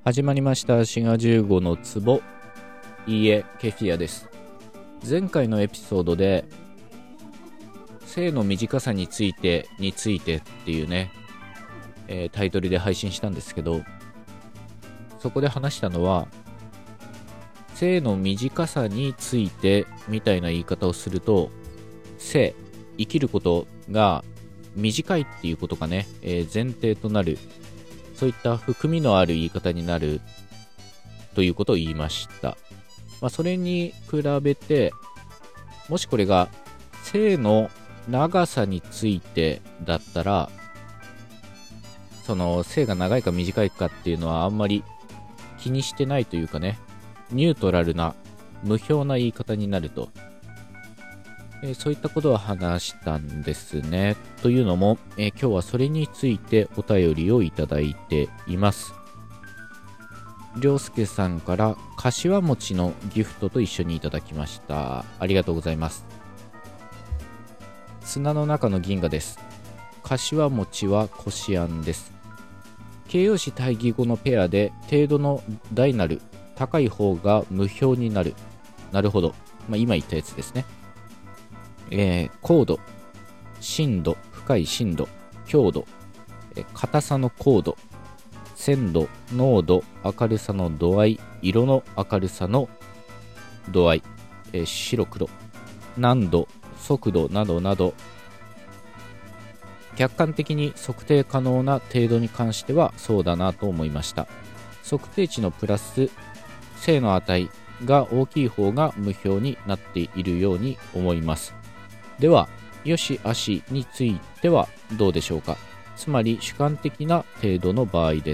始まりました滋賀15の壺。いいえ、ケフィアです。前回のエピソードで性の短さについてっていうね、タイトルで配信したんですけど、そこで話したのは性の短さについてみたいな言い方をすると、生きることが短いっていうことがね、前提となる、そういった含みのある言い方になるということを言いました。それに比べて、もしこれが生の長さについてだったら、その生が長いか短いかっていうのはあんまり気にしてないというかね、ニュートラルな無表な言い方になると、そういったことを話したんですね。というのも、今日はそれについてお便りをいただいています。りょうすけさんから柏餅のギフトと一緒にいただきました。ありがとうございます。砂の中の銀河です。柏餅はこしあんです。形容詞対義語のペアで程度の大なる高い方が無表になる。なるほど。今言ったやつですね。高度、深度、深い深度、強度、硬さの硬度、鮮度、濃度、明るさの度合い、色の明るさの度合い、白黒、難度、速度などなど、客観的に測定可能な程度に関してはそうだなと思いました。測定値のプラス正の値が大きい方が無表になっているように思います。では、よし悪しについてはどうでしょうか。つまり主観的な程度の場合です。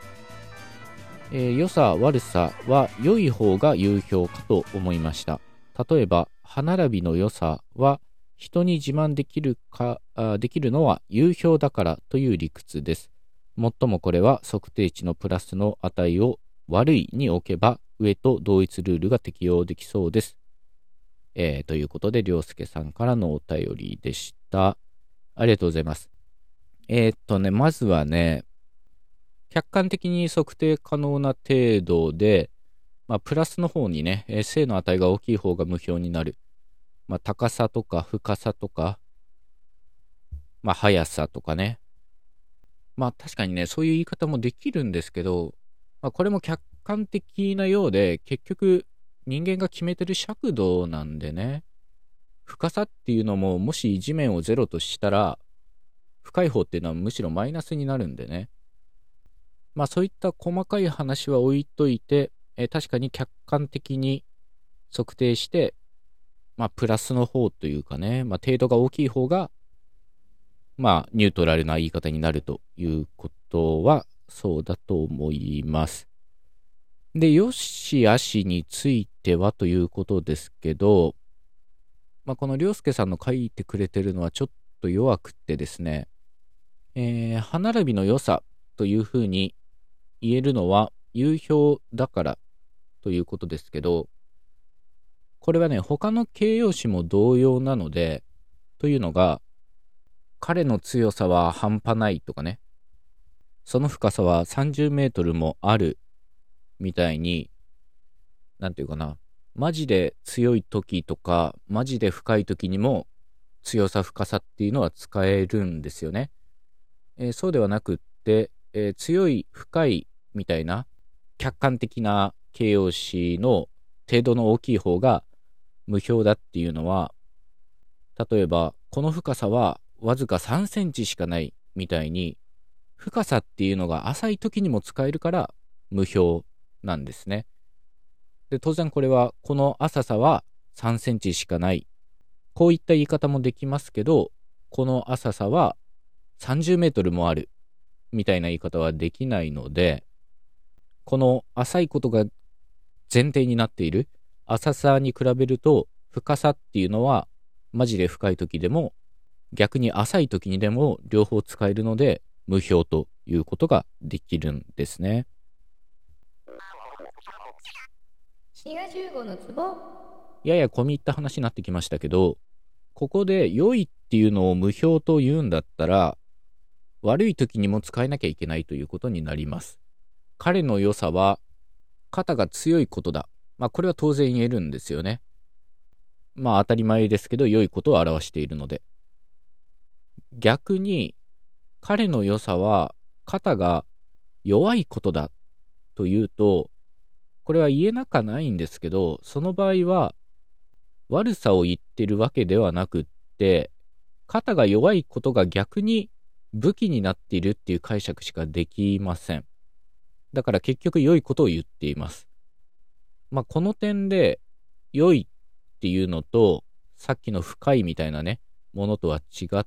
良さ悪さは良い方が有表かと思いました。例えば歯並びの良さは人に自慢できるのは有表だからという理屈です。もっともこれは測定値のプラスの値を悪いに置けば上と同一ルールが適用できそうです。ということで、りょうすけさんからのお便りでした。ありがとうございます。まずはね、客観的に測定可能な程度で、プラスの方にね、正の値が大きい方が無表になる。高さとか深さとか、速さとかね。確かにね、そういう言い方もできるんですけど、これも客観的なようで、結局、人間が決めてる尺度なんでね、深さっていうのももし地面をゼロとしたら深い方っていうのはむしろマイナスになるんでね、そういった細かい話は置いといて、確かに客観的に測定して、プラスの方というかね、程度が大きい方がニュートラルな言い方になるということはそうだと思います。で、よしあしについてはということですけど、このりょうすけさんの書いてくれてるのはちょっと弱くってですね、歯並びの良さというふうに言えるのは有表だからということですけど、これはね、他の形容詞も同様なので、というのが、彼の強さは半端ないとかね、その深さは30メートルもあるみたいに、なんていうかな、マジで強い時とかマジで深い時にも強さ深さっていうのは使えるんですよね。そうではなくって、強い深いみたいな客観的な形容詞の程度の大きい方が無表だっていうのは、例えばこの深さはわずか3センチしかないみたいに、深さっていうのが浅い時にも使えるから無表なんですね。で、当然これはこの浅さは3センチしかない、こういった言い方もできますけど、この浅さは30メートルもあるみたいな言い方はできないので、この浅いことが前提になっている浅さに比べると、深さっていうのはマジで深い時でも逆に浅い時にでも両方使えるので無表ということができるんですね。 滋賀15のツボ。 やや込み入った話になってきましたけど、ここで良いっていうのを無表と言うんだったら、悪い時にも使えなきゃいけないということになります。 彼の良さは肩が強いことだ。これは当然言えるんですよね。当たり前ですけど良いことを表しているので。逆に彼の良さは肩が弱いことだというと、これは言えなくはないんですけど、その場合は悪さを言ってるわけではなくって、肩が弱いことが逆に武器になっているっていう解釈しかできません。だから結局良いことを言っています。この点で良いっていうのとさっきの深いみたいなねものとは違って、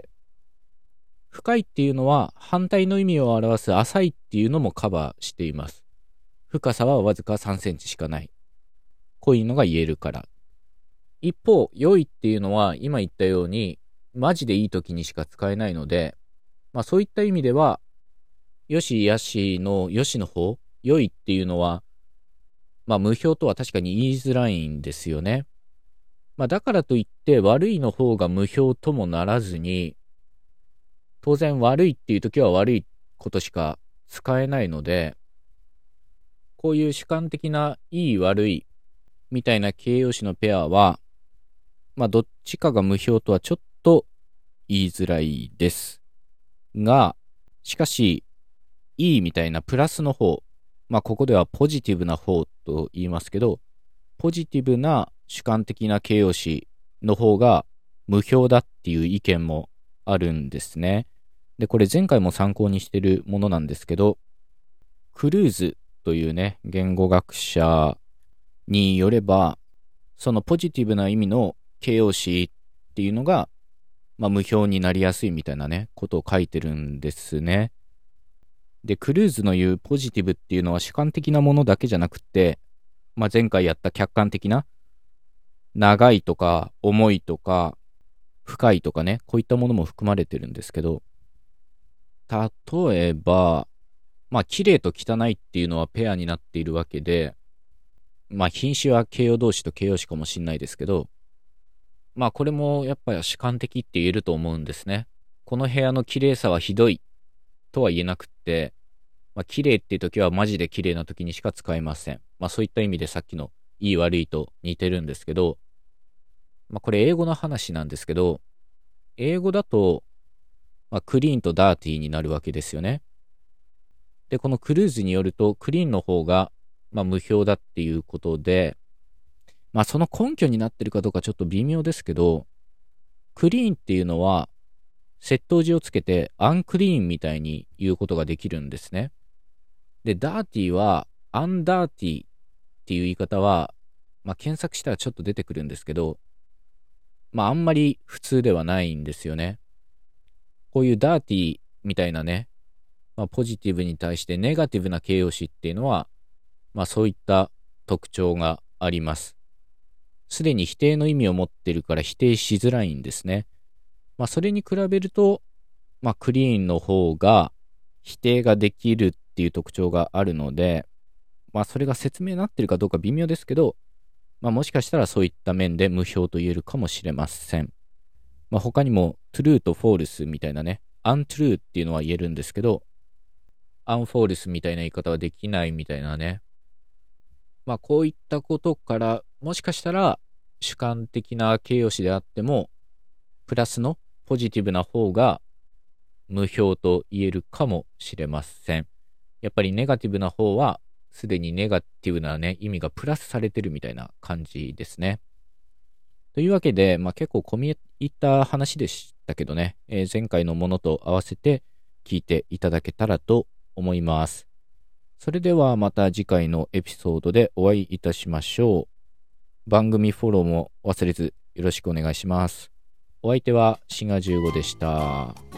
深いっていうのは反対の意味を表す浅いっていうのもカバーしています。深さはわずか3センチしかない、こういうのが言えるから。一方良いっていうのは今言ったようにマジでいい時にしか使えないので、そういった意味ではよしやしのよしの方、良いっていうのは無評とは確かに言いづらいんですよね。だからといって悪いの方が無評ともならずに、当然悪いっていう時は悪いことしか使えないので、こういう主観的ないい悪いみたいな形容詞のペアはどっちかが無評とはちょっと言いづらいですが、しかしいいみたいなプラスの方、ここではポジティブな方と言いますけど、ポジティブな主観的な形容詞の方が無評だっていう意見もあるんですね。で、これ前回も参考にしてるものなんですけど、クルーズというね、言語学者によれば、そのポジティブな意味の形容詞っていうのが、無評になりやすいみたいなね、ことを書いてるんですね。で、クルーズの言うポジティブっていうのは主観的なものだけじゃなくて、前回やった客観的な長いとか重いとか深いとかね、こういったものも含まれてるんですけど、例えば綺麗と汚いっていうのはペアになっているわけで、品詞は形容動詞と形容詞かもしんないですけど、これもやっぱり主観的って言えると思うんですね。この部屋の綺麗さはひどいとは言えなくって、綺麗っていう時はマジで綺麗な時にしか使えません。そういった意味でさっきのいい悪いと似てるんですけど、これ英語の話なんですけど、英語だと、クリーンとダーティーになるわけですよね。で、このクルーズによると、クリーンの方が、無評だっていうことで、その根拠になってるかどうかちょっと微妙ですけど、クリーンっていうのは、接頭辞をつけてアンクリーンみたいに言うことができるんですね。で、ダーティーはアンダーティーっていう言い方は、検索したらちょっと出てくるんですけど、あんまり普通ではないんですよね。こういうダーティーみたいなね、ポジティブに対してネガティブな形容詞っていうのは、そういった特徴があります。すでに否定の意味を持っているから否定しづらいんですね。それに比べると、クリーンの方が否定ができるっていう特徴があるので、それが説明になってるかどうか微妙ですけど、もしかしたらそういった面で無評と言えるかもしれません。他にも true と false みたいなね、untrue っていうのは言えるんですけど、unfalse みたいな言い方はできないみたいなね。こういったことから、もしかしたら主観的な形容詞であっても、プラスのポジティブな方が無評と言えるかもしれません。やっぱりネガティブな方はすでにネガティブなね意味がプラスされてるみたいな感じですね。というわけで、結構込み入った話でしたけどね、前回のものと合わせて聞いていただけたらと思います。それではまた次回のエピソードでお会いいたしましょう。番組フォローも忘れずよろしくお願いします。お相手はシガ15でした。